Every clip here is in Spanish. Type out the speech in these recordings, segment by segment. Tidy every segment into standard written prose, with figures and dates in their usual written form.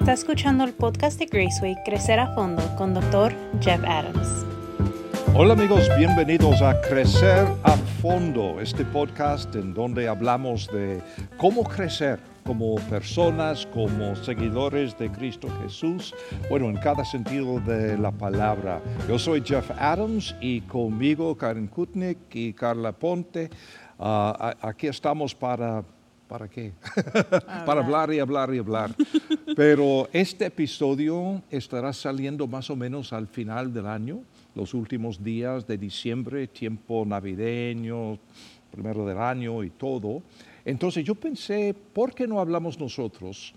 Está escuchando el podcast de Graceway Crecer a Fondo con Dr. Jeff Adams. Hola amigos, bienvenidos a Crecer a Fondo, este podcast en donde hablamos de cómo crecer como personas, como seguidores de Cristo Jesús, bueno, en cada sentido de la palabra. Yo soy Jeff Adams y conmigo Karen Kutnick y Carla Ponte. Aquí estamos ¿para qué? Para hablar y hablar y hablar. Pero este episodio estará saliendo más o menos al final del año, los últimos días de diciembre, tiempo navideño, primero del año y todo. Entonces yo pensé, ¿por qué no hablamos nosotros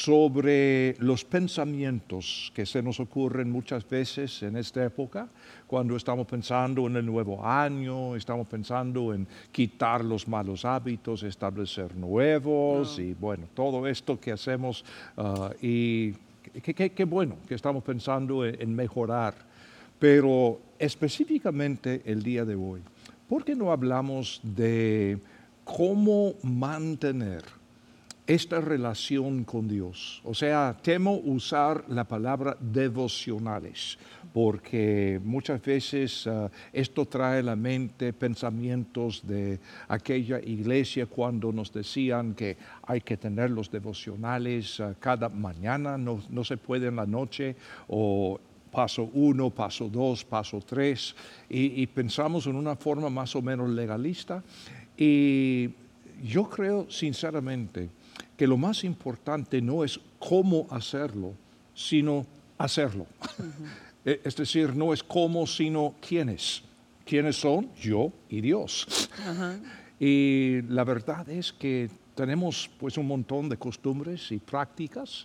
sobre los pensamientos que se nos ocurren muchas veces en esta época, cuando estamos pensando en el nuevo año, estamos pensando en quitar los malos hábitos, establecer nuevos y bueno, todo esto que hacemos y qué bueno que estamos pensando en mejorar. Pero específicamente el día de hoy, ¿por qué no hablamos de cómo mantener esta relación con Dios? O sea, temo usar la palabra devocionales, porque muchas veces esto trae a la mente pensamientos de aquella iglesia cuando nos decían que hay que tener los devocionales cada mañana, no se puede en la noche, o paso 1, paso 2, paso 3, y pensamos en una forma más o menos legalista. Y yo creo sinceramente que lo más importante no es cómo hacerlo, sino hacerlo. Uh-huh. Es decir, no es cómo, sino quiénes. ¿Quiénes son? Yo y Dios. Uh-huh. Y la verdad es que tenemos pues un montón de costumbres y prácticas.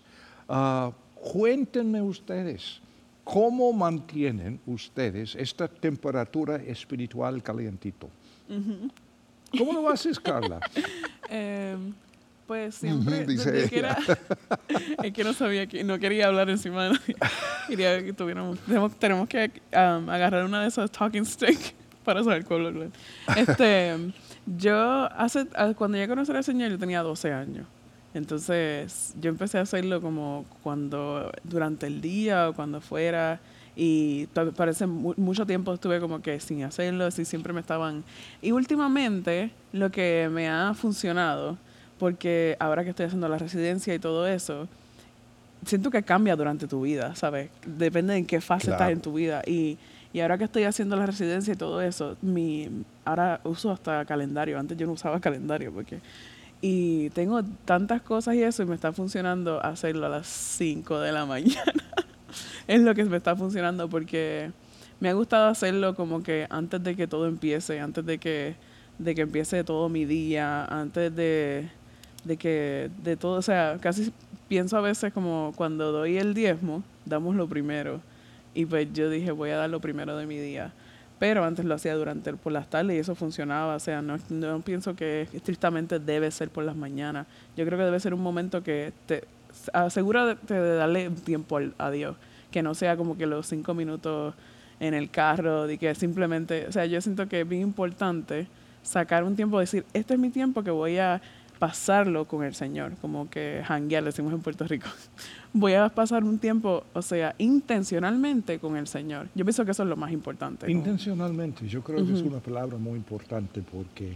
Cuéntenme ustedes, ¿cómo mantienen ustedes esta temperatura espiritual calientito? Uh-huh. ¿Cómo lo haces, Carla? Pues siempre, desde que era, es que no sabía que, no quería hablar encima de nadie. Quería que tenemos que agarrar una de esas talking stick para saber cómo hablar. Yo cuando llegué a conocer al Señor yo tenía 12 años. Entonces yo empecé a hacerlo como durante el día o cuando fuera. Y parece mucho tiempo estuve como que sin hacerlo, así siempre me estaban... Y últimamente lo que me ha funcionado, porque ahora que estoy haciendo la residencia y todo eso, siento que cambia durante tu vida, ¿sabes? Depende de en qué fase estás en tu vida. Y ahora que estoy haciendo la residencia y todo eso, ahora uso hasta calendario. Antes yo no usaba calendario y tengo tantas cosas y eso, y me está funcionando hacerlo a las 5 de la mañana. Es lo que me está funcionando porque me ha gustado hacerlo como que antes de que todo empiece, antes de que empiece todo mi día, antes de todo, o sea, casi pienso a veces como cuando doy el diezmo, damos lo primero, y pues yo dije voy a dar lo primero de mi día, pero antes lo hacía por las tardes y eso funcionaba, o sea, no pienso que estrictamente debe ser por las mañanas, yo creo que debe ser un momento que te asegúrate de darle tiempo a Dios, que no sea como que los 5 minutos en el carro, de que simplemente, o sea, yo siento que es bien importante sacar un tiempo, decir, este es mi tiempo que voy a pasarlo con el Señor, como que janguear, decimos en Puerto Rico. Voy a pasar un tiempo, o sea, intencionalmente con el Señor. Yo pienso que eso es lo más importante. Intencionalmente, yo creo que es una palabra muy importante porque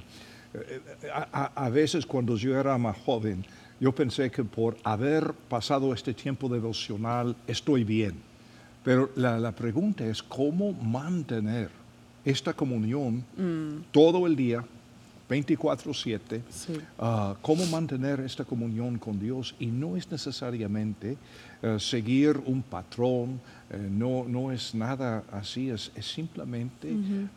a veces cuando yo era más joven, yo pensé que por haber pasado este tiempo devocional estoy bien. Pero la pregunta es cómo mantener esta comunión todo el día, 24/7, sí. Cómo mantener esta comunión con Dios, y no es necesariamente seguir un patrón, no es nada así, es simplemente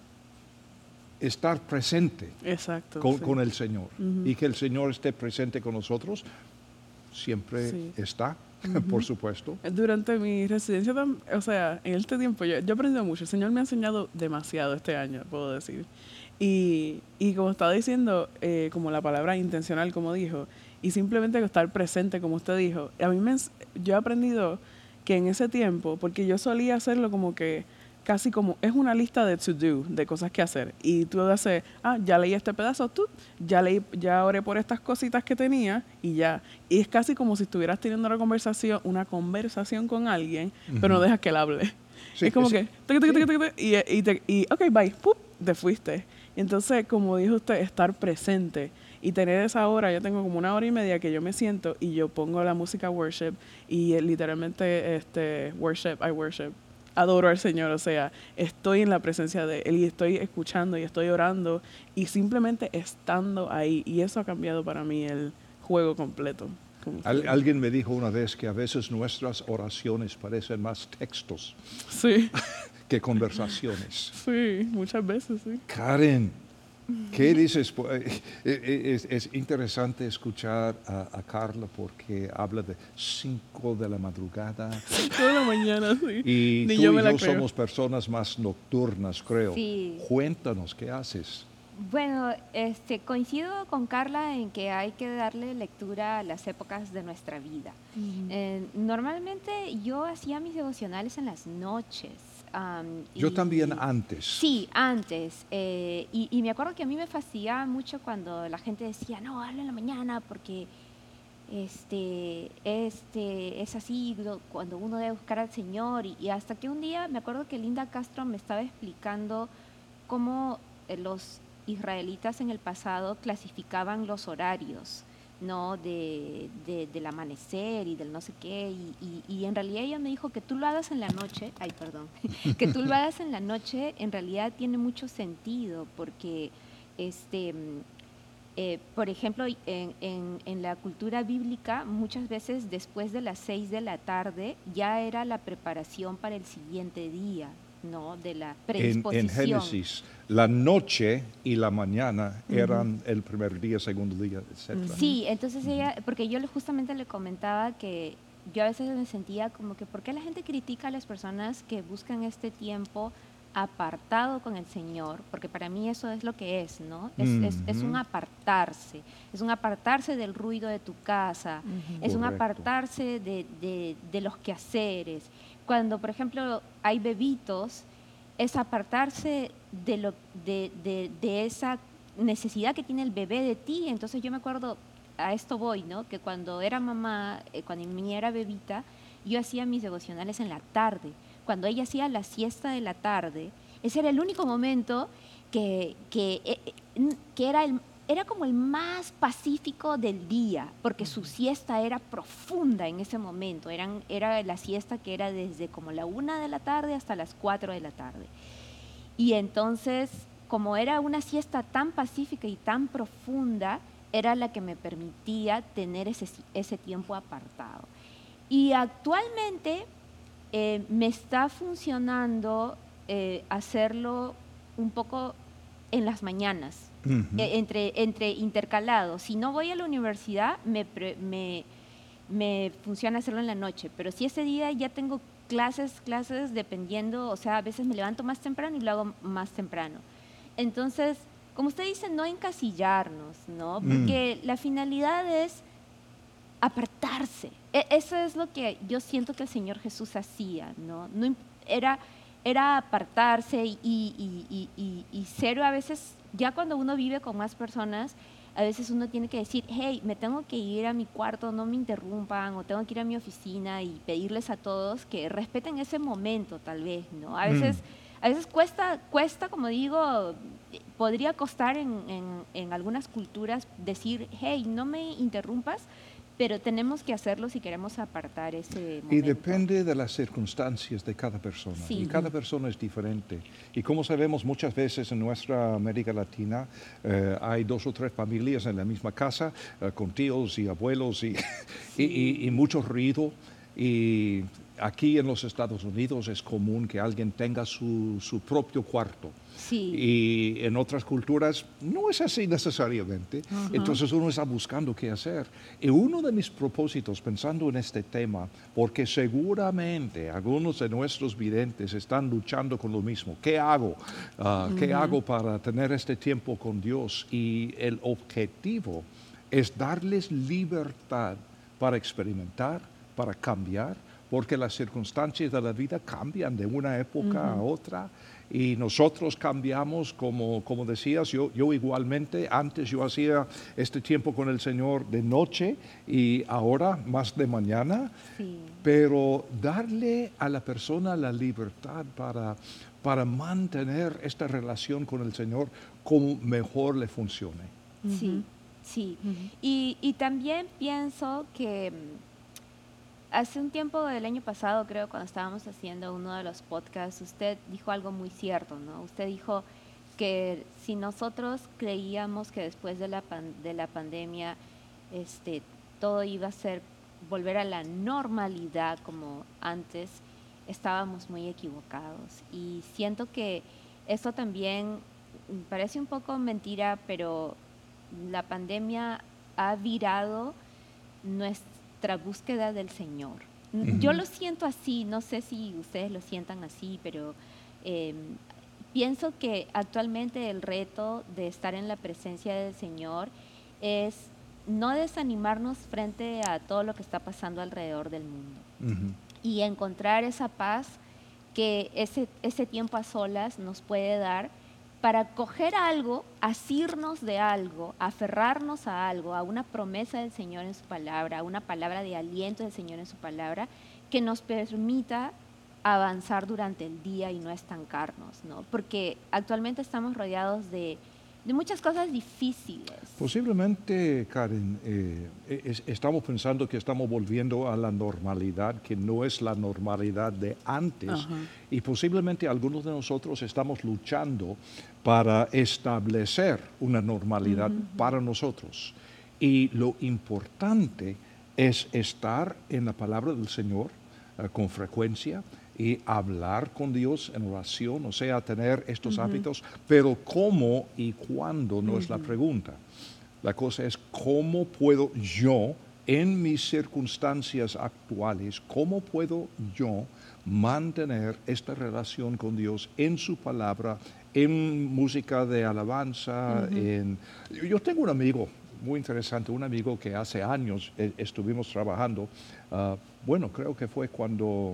estar presente. Exacto, con el Señor, y que el Señor esté presente con nosotros, siempre está. Por supuesto. Durante mi residencia, o sea, en este tiempo yo he aprendido mucho. El Señor me ha enseñado demasiado este año, puedo decir. Y como estaba diciendo, como la palabra intencional, como dijo, y simplemente estar presente, como usted dijo, yo he aprendido que en ese tiempo, porque yo solía hacerlo como que casi como, es una lista de to do, de cosas que hacer. Y tú haces, ya leí este pedazo, ya oré por estas cositas que tenía y ya. Y es casi como si estuvieras teniendo una conversación con alguien, pero no dejas que él hable. Sí, es como sí, que, ok, bye, ¡pup! Te fuiste. Entonces, como dijo usted, estar presente y tener esa hora, yo tengo como 1 hora y media que yo me siento y yo pongo la música worship y literalmente I worship, adoro al Señor, o sea, estoy en la presencia de Él y estoy escuchando y estoy orando y simplemente estando ahí, y eso ha cambiado para mí el juego completo. Alguien me dijo una vez que a veces nuestras oraciones parecen más textos Sí, que conversaciones. sí, muchas veces, sí. Karen, ¿qué dices? Es interesante escuchar a Carla porque habla de 5 de la madrugada 5 de la mañana, sí. y Ni tú yo y me la yo creo. somos personas más nocturnas, creo. Sí. Cuéntanos, ¿qué haces? Bueno, coincido con Carla en que hay que darle lectura a las épocas de nuestra vida. Normalmente yo hacía mis devocionales en las noches. Yo también antes. Sí, antes. Y me acuerdo que a mí me fastidiaba mucho cuando la gente decía, no, hazlo en la mañana porque es así cuando uno debe buscar al Señor. Y hasta que un día me acuerdo que Linda Castro me estaba explicando cómo los israelitas en el pasado clasificaban los horarios, ¿no? Del amanecer y del no sé qué, y en realidad ella me dijo que tú lo hagas en la noche, que tú lo hagas en la noche en realidad tiene mucho sentido, porque por ejemplo, en la cultura bíblica, muchas veces después de las 6 de la tarde ya era la preparación para el siguiente día, ¿no? De la predisposición. En Génesis, la noche y la mañana eran el primer día, segundo día, etc. Sí, entonces ella, porque yo justamente le comentaba que yo a veces me sentía como que, ¿por qué la gente critica a las personas que buscan este tiempo apartado con el Señor? Porque para mí eso es lo que es, ¿no? Es un apartarse del ruido de tu casa, es un Correcto. apartarse de los quehaceres. Cuando, por ejemplo, hay bebitos, es apartarse de esa necesidad que tiene el bebé de ti. Entonces yo me acuerdo, a esto voy, ¿no? Que cuando era mamá, cuando mi niña era bebita, yo hacía mis devocionales en la tarde. Cuando ella hacía la siesta de la tarde, ese era el único momento que era como el más pacífico del día, porque su siesta era profunda en ese momento. Era la siesta que era desde como la 1 de la tarde hasta las 4 de la tarde. Y entonces, como era una siesta tan pacífica y tan profunda, era la que me permitía tener ese tiempo apartado. Y actualmente me está funcionando hacerlo un poco en las mañanas, entre intercalados. Si no voy a la universidad, me funciona hacerlo en la noche, pero si ese día ya tengo clases, dependiendo, o sea, a veces me levanto más temprano y lo hago más temprano. Entonces, como usted dice, no encasillarnos, ¿no? Porque la finalidad es apartarse. Eso es lo que yo siento que el Señor Jesús hacía, ¿no? Era apartarse y ser a veces, ya cuando uno vive con más personas, a veces uno tiene que decir, hey, me tengo que ir a mi cuarto, no me interrumpan, o tengo que ir a mi oficina y pedirles a todos que respeten ese momento, tal vez, ¿no? A veces cuesta, como digo, podría costar en algunas culturas decir, hey, no me interrumpas, pero tenemos que hacerlo si queremos apartar ese momento. Y depende de las circunstancias de cada persona. Sí. Y cada persona es diferente. Y como sabemos, muchas veces en nuestra América Latina hay 2 o 3 familias en la misma casa, con tíos y abuelos y mucho ruido. Y aquí en los Estados Unidos es común que alguien tenga su propio cuarto. Sí. Y en otras culturas no es así necesariamente. Entonces uno está buscando qué hacer. Y uno de mis propósitos, pensando en este tema, porque seguramente algunos de nuestros videntes están luchando con lo mismo. ¿Qué hago? ¿Qué hago para tener este tiempo con Dios? Y el objetivo es darles libertad para experimentar, para cambiar, porque las circunstancias de la vida cambian de una época a otra y nosotros cambiamos, como decías, yo igualmente, antes yo hacía este tiempo con el Señor de noche y ahora más de mañana, Sí. pero darle a la persona la libertad para mantener esta relación con el Señor como mejor le funcione. Sí, sí. Y también pienso que hace un tiempo del año pasado, creo, cuando estábamos haciendo uno de los podcasts, usted dijo algo muy cierto, ¿no? Usted dijo que si nosotros creíamos que después de la pandemia todo iba a ser volver a la normalidad como antes, estábamos muy equivocados. Y siento que esto también parece un poco mentira, pero la pandemia ha virado nuestra búsqueda del Señor. Yo lo siento así, no sé si ustedes lo sientan así, pero pienso que actualmente el reto de estar en la presencia del Señor es no desanimarnos frente a todo lo que está pasando alrededor del mundo y encontrar esa paz que ese tiempo a solas nos puede dar para coger algo, asirnos de algo, aferrarnos a algo, a una promesa del Señor en su palabra, a una palabra de aliento del Señor en su palabra, que nos permita avanzar durante el día y no estancarnos, ¿no? Porque actualmente estamos rodeados de muchas cosas difíciles. Posiblemente, Karen, estamos pensando que estamos volviendo a la normalidad, que no es la normalidad de antes, y posiblemente algunos de nosotros estamos luchando para establecer una normalidad para nosotros. Y lo importante es estar en la palabra del Señor con frecuencia y hablar con Dios en oración, o sea, tener estos hábitos, pero cómo y cuándo no es la pregunta. La cosa es cómo puedo yo, en mis circunstancias actuales, cómo puedo yo mantener esta relación con Dios en su palabra, en música de alabanza. Yo tengo un amigo muy interesante, un amigo que hace años estuvimos trabajando. Bueno, creo que fue cuando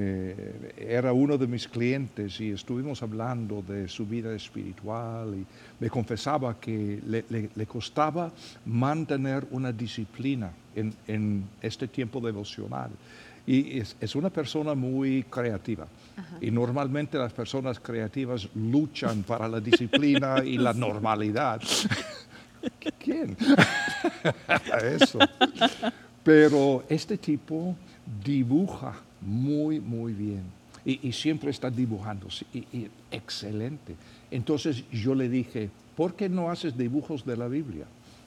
era uno de mis clientes y estuvimos hablando de su vida espiritual y me confesaba que le costaba mantener una disciplina en este tiempo devocional. Y es una persona muy creativa. Y normalmente las personas creativas luchan para la disciplina y la normalidad. ¿Quién? Eso. Pero este tipo dibuja muy, muy bien. Y siempre está dibujando. Y excelente. Entonces yo le dije, ¿por qué no haces dibujos de la Biblia?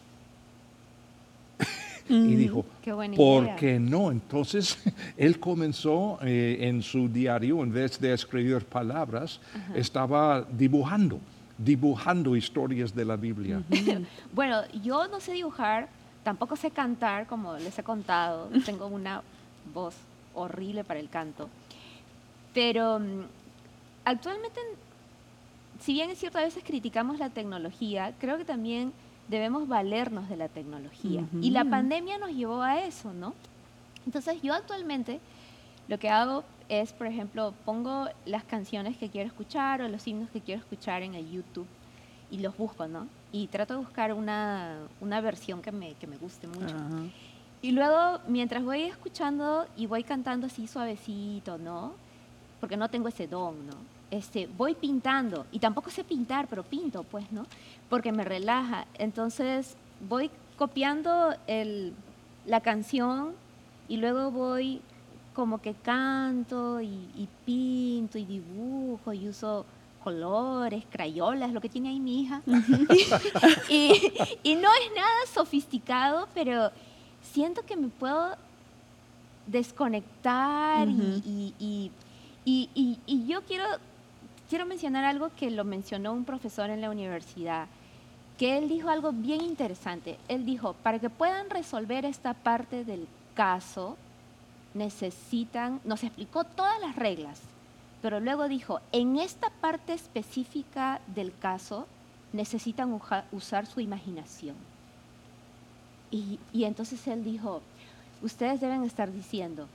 Y dijo, ¿por qué no? Entonces él comenzó en su diario, en vez de escribir palabras, estaba dibujando historias de la Biblia. Bueno, yo no sé dibujar, tampoco sé cantar, como les he contado. Tengo una voz horrible para el canto. Pero actualmente, si bien es cierto, a veces criticamos la tecnología, creo que también debemos valernos de la tecnología. Y la pandemia nos llevó a eso, ¿no? Entonces, yo actualmente lo que hago es, por ejemplo, pongo las canciones que quiero escuchar o los himnos que quiero escuchar en el YouTube y los busco, ¿no? Y trato de buscar una versión que me guste mucho. Y luego, mientras voy escuchando y voy cantando así suavecito, ¿no? Porque no tengo ese don, ¿no? Voy pintando, y tampoco sé pintar, pero pinto, pues, ¿no? Porque me relaja. Entonces, voy copiando la canción y luego voy como que canto y pinto y dibujo y uso colores, crayolas, lo que tiene ahí mi hija. y no es nada sofisticado, pero siento que me puedo desconectar y yo quiero mencionar algo que lo mencionó un profesor en la universidad, que él dijo algo bien interesante. Él dijo, para que puedan resolver esta parte del caso, nos explicó todas las reglas, pero luego dijo, en esta parte específica del caso, necesitan usar su imaginación. Y entonces él dijo, ustedes deben estar diciendo,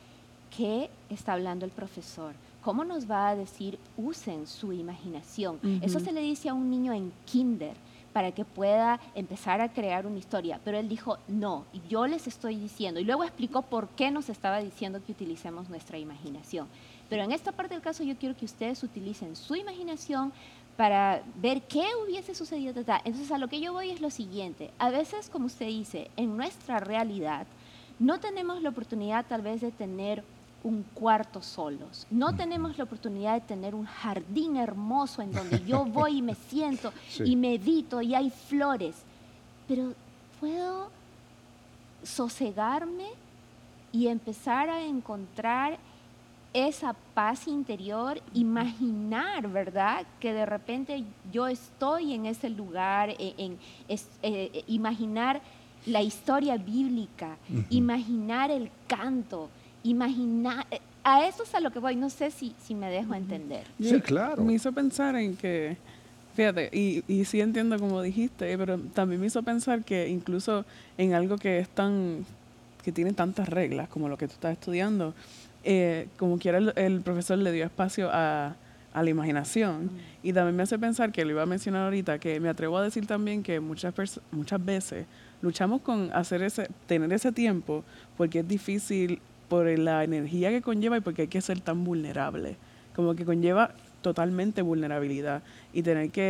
¿qué está hablando el profesor? ¿Cómo nos va a decir, usen su imaginación? Eso se le dice a un niño en kinder para que pueda empezar a crear una historia. Pero él dijo, no, yo les estoy diciendo. Y luego explicó por qué nos estaba diciendo que utilicemos nuestra imaginación. Pero en esta parte del caso yo quiero que ustedes utilicen su imaginación para ver qué hubiese sucedido. Entonces, a lo que yo voy es lo siguiente. A veces, como usted dice, en nuestra realidad no tenemos la oportunidad tal vez de tener un cuarto solos. No tenemos la oportunidad de tener un jardín hermoso en donde yo voy y me siento y medito y hay flores. Pero puedo sosegarme y empezar a encontrar esa paz interior, imaginar, ¿verdad? Que de repente yo estoy en ese lugar, imaginar la historia bíblica, imaginar el canto, imaginar, a eso es a lo que voy, no sé si me dejo entender. Sí, claro. Me hizo pensar en que, fíjate, y sí entiendo como dijiste, pero también me hizo pensar que incluso en algo que es que tiene tantas reglas como lo que tú estás estudiando, como quiera el profesor le dio espacio a la imaginación. Y también me hace pensar, que lo iba a mencionar ahorita, que me atrevo a decir también que muchas veces luchamos con tener ese tiempo porque es difícil por la energía que conlleva y porque hay que ser tan vulnerable. Como que conlleva totalmente vulnerabilidad. Y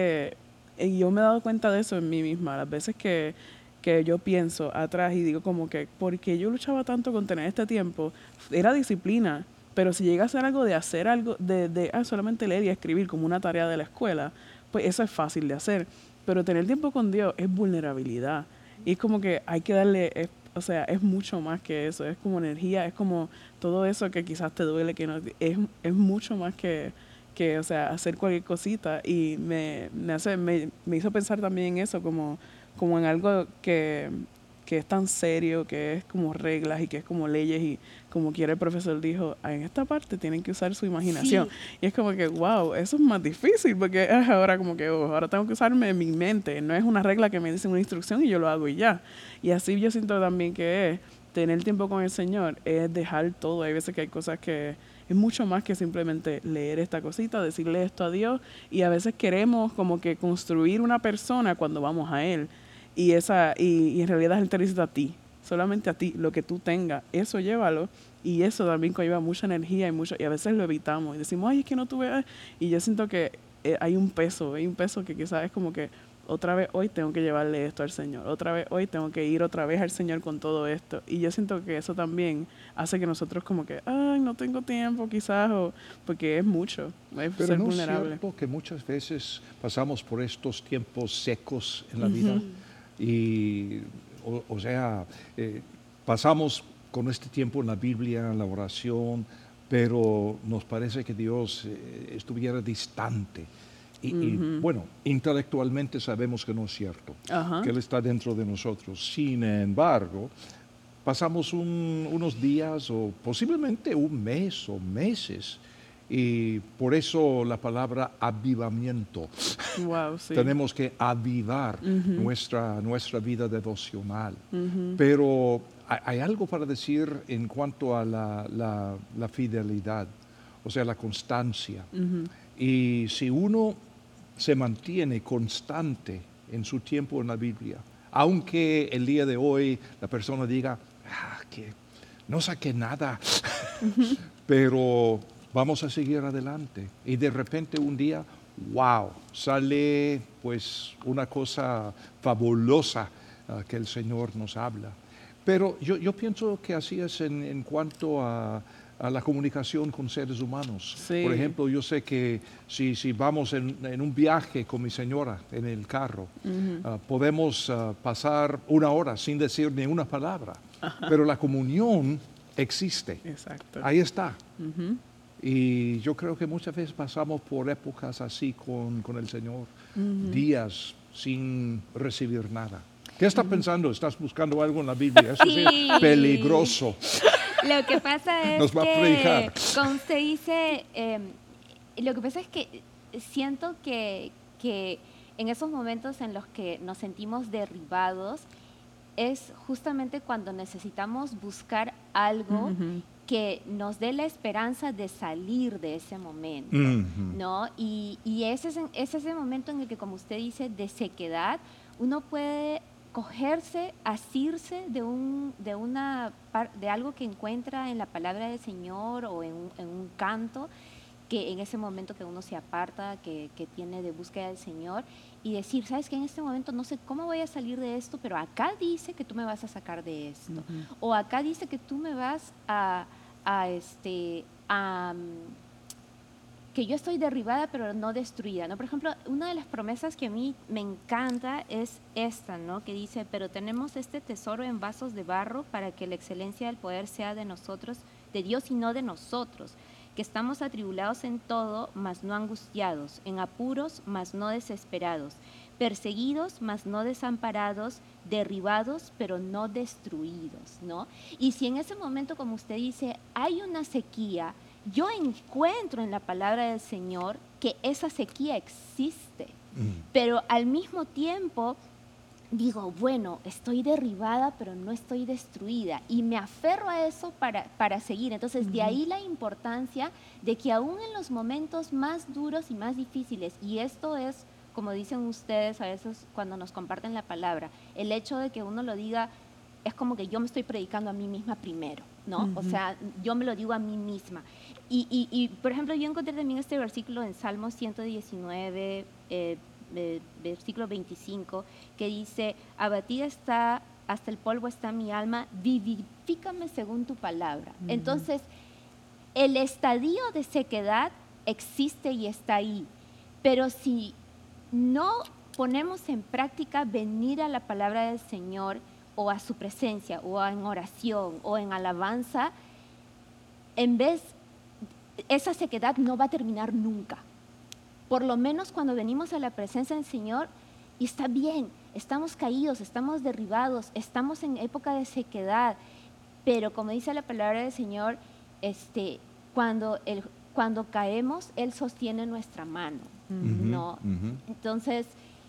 yo me he dado cuenta de eso en mí misma. Las veces que yo pienso atrás y digo como que, ¿por qué yo luchaba tanto con tener este tiempo? Era disciplina. Pero si llega a ser algo de hacer algo, solamente leer y escribir como una tarea de la escuela, pues eso es fácil de hacer. Pero tener tiempo con Dios es vulnerabilidad. Y es como que hay que darle, es mucho más que eso. Es como energía, es como todo eso que quizás te duele, que no, es mucho más que hacer cualquier cosita. Y me hizo pensar también en eso, como en algo que es tan serio, que es como reglas y que es como leyes, y como quiera el profesor dijo, en esta parte tienen que usar su imaginación. Sí. Y es como que, wow, eso es más difícil, porque es ahora como que, ahora tengo que usarme mi mente, no es una regla que me dice una instrucción y yo lo hago y ya. Y así yo siento también que es tener tiempo con el Señor, es dejar todo. Hay veces que hay cosas que es mucho más que simplemente leer esta cosita, decirle esto a Dios, y a veces queremos como que construir una persona cuando vamos a Él. Y en realidad Él te dice a ti, solamente a ti, lo que tú tengas, eso llévalo. Y eso también conlleva mucha energía y a veces lo evitamos y decimos, ay, es que no tuve. Y yo siento que hay un peso que quizás es como que otra vez hoy tengo que llevarle esto al Señor, otra vez hoy tengo que ir otra vez al Señor con todo esto. Y yo siento que eso también hace que nosotros como que, ay, no tengo tiempo quizás, porque es mucho, es Pero ser ¿no vulnerable. es cierto que muchas veces pasamos por estos tiempos secos en la vida? Y, pasamos con este tiempo en la Biblia, en la oración, pero nos parece que Dios estuviera distante. Y bueno, intelectualmente sabemos que no es cierto, que Él está dentro de nosotros. Sin embargo, pasamos unos días o posiblemente un mes o meses, y por eso la palabra avivamiento. Wow, sí. Tenemos que avivar nuestra vida devocional. Pero hay algo para decir en cuanto a la fidelidad, o sea, la constancia. Y si uno se mantiene constante en su tiempo en la Biblia, aunque el día de hoy la persona diga, que no saqué nada, pero vamos a seguir adelante. Y de repente un día, wow, sale pues una cosa fabulosa que el Señor nos habla. Pero yo pienso que así es en cuanto a la comunicación con seres humanos. Sí. Por ejemplo, yo sé que si vamos en un viaje con mi señora en el carro, podemos pasar una hora sin decir ni una palabra, pero la comunión existe. Exacto. Ahí está. Y yo creo que muchas veces pasamos por épocas así con el Señor, días sin recibir nada. ¿Qué estás pensando? ¿Estás buscando algo en la Biblia? Eso sí. Es peligroso. Lo que pasa es Nos va a predicar. como usted dice, lo que pasa es que siento que en esos momentos en los que nos sentimos derribados, es justamente cuando necesitamos buscar algo que nos dé la esperanza de salir de ese momento, ¿no? Y ese es ese momento en el que, como usted dice, de sequedad, uno puede cogerse, asirse de algo que encuentra en la palabra del Señor o en un canto, que en ese momento que uno se aparta, que tiene de búsqueda del Señor, y decir, sabes que en este momento no sé cómo voy a salir de esto, pero acá dice que tú me vas a sacar de esto, o acá dice que tú me vas que yo estoy derribada pero no destruida, ¿no? Por ejemplo, una de las promesas que a mí me encanta es esta, ¿no? Que dice, pero tenemos este tesoro en vasos de barro para que la excelencia del poder sea de nosotros, de Dios y no de nosotros, que estamos atribulados en todo, mas no angustiados, en apuros, mas no desesperados, perseguidos, mas no desamparados, derribados, pero no destruidos, ¿no? Y si en ese momento, como usted dice, hay una sequía, yo encuentro en la palabra del Señor que esa sequía existe, pero al mismo tiempo digo, bueno, estoy derribada, pero no estoy destruida, y me aferro a eso para seguir. Entonces, de ahí la importancia de que aún en los momentos más duros y más difíciles, y esto es, como dicen ustedes a veces cuando nos comparten la palabra, el hecho de que uno lo diga, es como que yo me estoy predicando a mí misma primero, ¿no? O sea, yo me lo digo a mí misma. Y por ejemplo, yo encontré también este versículo en Salmo 119, versículo 25, que dice, abatida está, hasta el polvo está mi alma, vivifícame según tu palabra. Entonces, el estadio de sequedad existe y está ahí, pero si no ponemos en práctica venir a la palabra del Señor, o a su presencia, o en oración, o en alabanza, esa sequedad no va a terminar nunca. Por lo menos cuando venimos a la presencia del Señor, y está bien, estamos caídos, estamos derribados, estamos en época de sequedad, pero como dice la palabra del Señor, cuando caemos, Él sostiene nuestra mano, ¿no? Entonces,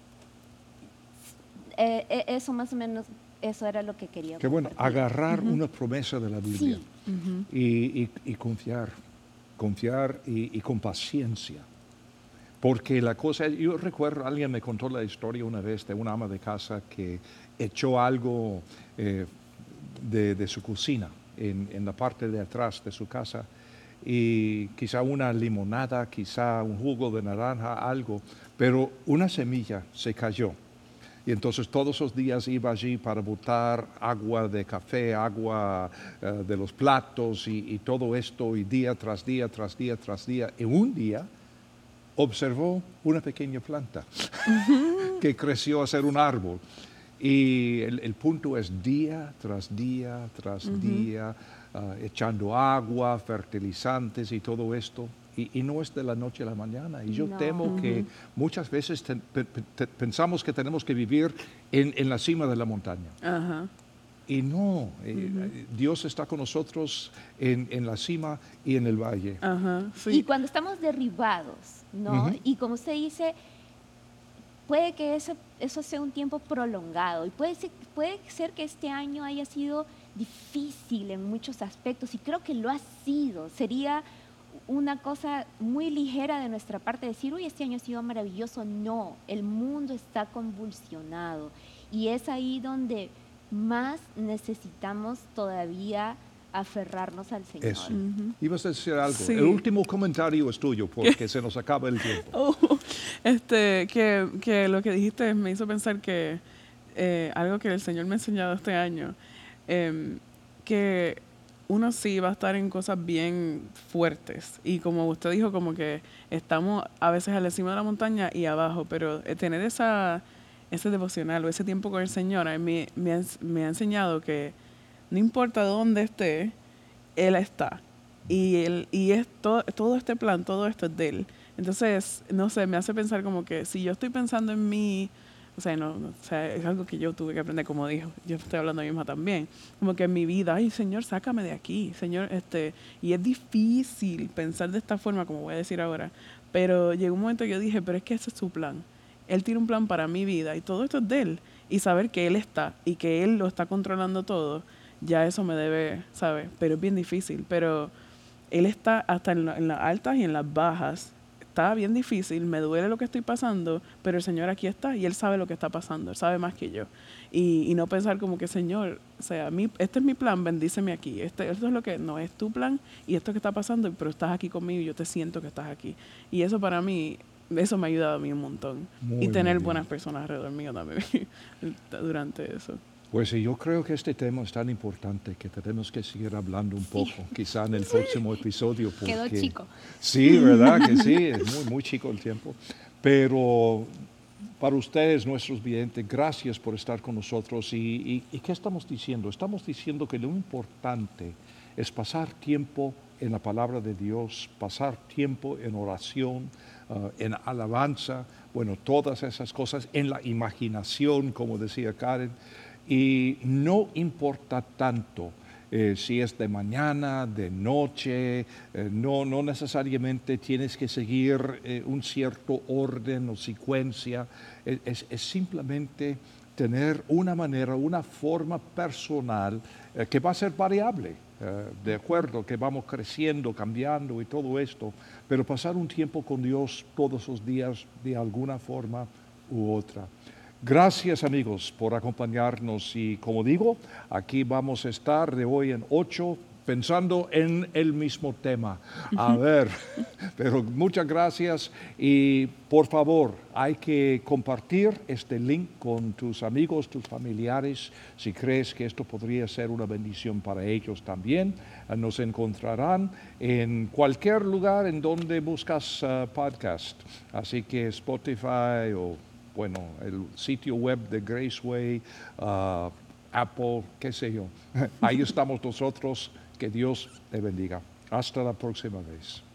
eso más o menos, eso era lo que quería compartir. Qué bueno, agarrar una promesa de la Biblia y confiar y con paciencia. Porque la cosa, yo recuerdo, alguien me contó la historia una vez de una ama de casa que echó algo de su cocina en la parte de atrás de su casa, y quizá una limonada, quizá un jugo de naranja, algo, pero una semilla se cayó. Y entonces todos los días iba allí para botar agua de café, agua de los platos y todo esto, y día tras día, tras día, tras día. Y un día observó una pequeña planta que creció a ser un árbol. Y el punto es día tras día, tras día, echando agua, fertilizantes y todo esto. Y no es de la noche a la mañana. Y yo temo que muchas veces pensamos que tenemos que vivir en la cima de la montaña. Y no, Dios está con nosotros en la cima y en el valle. Y cuando estamos derribados, ¿no? Y como usted dice, puede que eso sea un tiempo prolongado. Y puede ser que este año haya sido difícil en muchos aspectos. Y creo que lo ha sido. Sería una cosa muy ligera de nuestra parte decir, uy, este año ha sido maravilloso. No, el mundo está convulsionado, y es ahí donde más necesitamos todavía aferrarnos al Señor. Eso. Ibas a decir algo. Sí. El último comentario es tuyo, porque se nos acaba el tiempo. Que lo que dijiste me hizo pensar que algo que el Señor me ha enseñado este año, que uno sí va a estar en cosas bien fuertes, y como usted dijo, como que estamos a veces a la cima de la montaña y abajo, pero tener ese devocional o ese tiempo con el Señor a mí me ha enseñado que no importa dónde esté, Él está, y es todo este plan, todo esto es de Él. Entonces, no sé, me hace pensar como que si yo estoy pensando en mí, o sea, es algo que yo tuve que aprender, como dijo, yo estoy hablando a mí misma también, como que en mi vida, ay, Señor, sácame de aquí, Señor, y es difícil pensar de esta forma, como voy a decir ahora, pero llegó un momento que yo dije, pero es que ese es su plan. Él tiene un plan para mi vida y todo esto es de Él. y saber que Él está y que Él lo está controlando todo, ya eso me debe, ¿sabes? Pero es bien difícil, pero Él está hasta en las altas y en las bajas. Está bien difícil, me duele lo que estoy pasando, pero el Señor aquí está y Él sabe lo que está pasando, Él sabe más que yo. Y no pensar como que, Señor, o sea, este es mi plan, bendíceme aquí. Esto es lo que no es tu plan y esto que está pasando, pero estás aquí conmigo y yo te siento que estás aquí. Y eso para mí, eso me ha ayudado a mí un montón. Muy, Y tener muy bien. buenas personas alrededor mío también durante eso. Pues sí, yo creo que este tema es tan importante que tenemos que seguir hablando un poco, quizá en el próximo episodio. Quedó porque- chico. Sí, ¿verdad? Que sí, es muy, muy chico el tiempo. Pero para ustedes, nuestros videntes, gracias por estar con nosotros. ¿Y qué estamos diciendo? Estamos diciendo que lo importante es pasar tiempo en la palabra de Dios, pasar tiempo en oración, en alabanza, bueno, todas esas cosas, en la imaginación, como decía Karen. Y no importa tanto si es de mañana, de noche, no necesariamente tienes que seguir un cierto orden o secuencia, es simplemente tener una manera, una forma personal que va a ser variable, de acuerdo, que vamos creciendo, cambiando y todo esto, pero pasar un tiempo con Dios todos los días de alguna forma u otra. Gracias amigos por acompañarnos y como digo, aquí vamos a estar de hoy en 8 pensando en el mismo tema. A ver, pero muchas gracias y por favor hay que compartir este link con tus amigos, tus familiares, si crees que esto podría ser una bendición para ellos también. Nos encontrarán en cualquier lugar en donde buscas podcast, así que Spotify o bueno, el sitio web de Graceway, Apple, qué sé yo. Ahí estamos nosotros. Que Dios te bendiga. Hasta la próxima vez.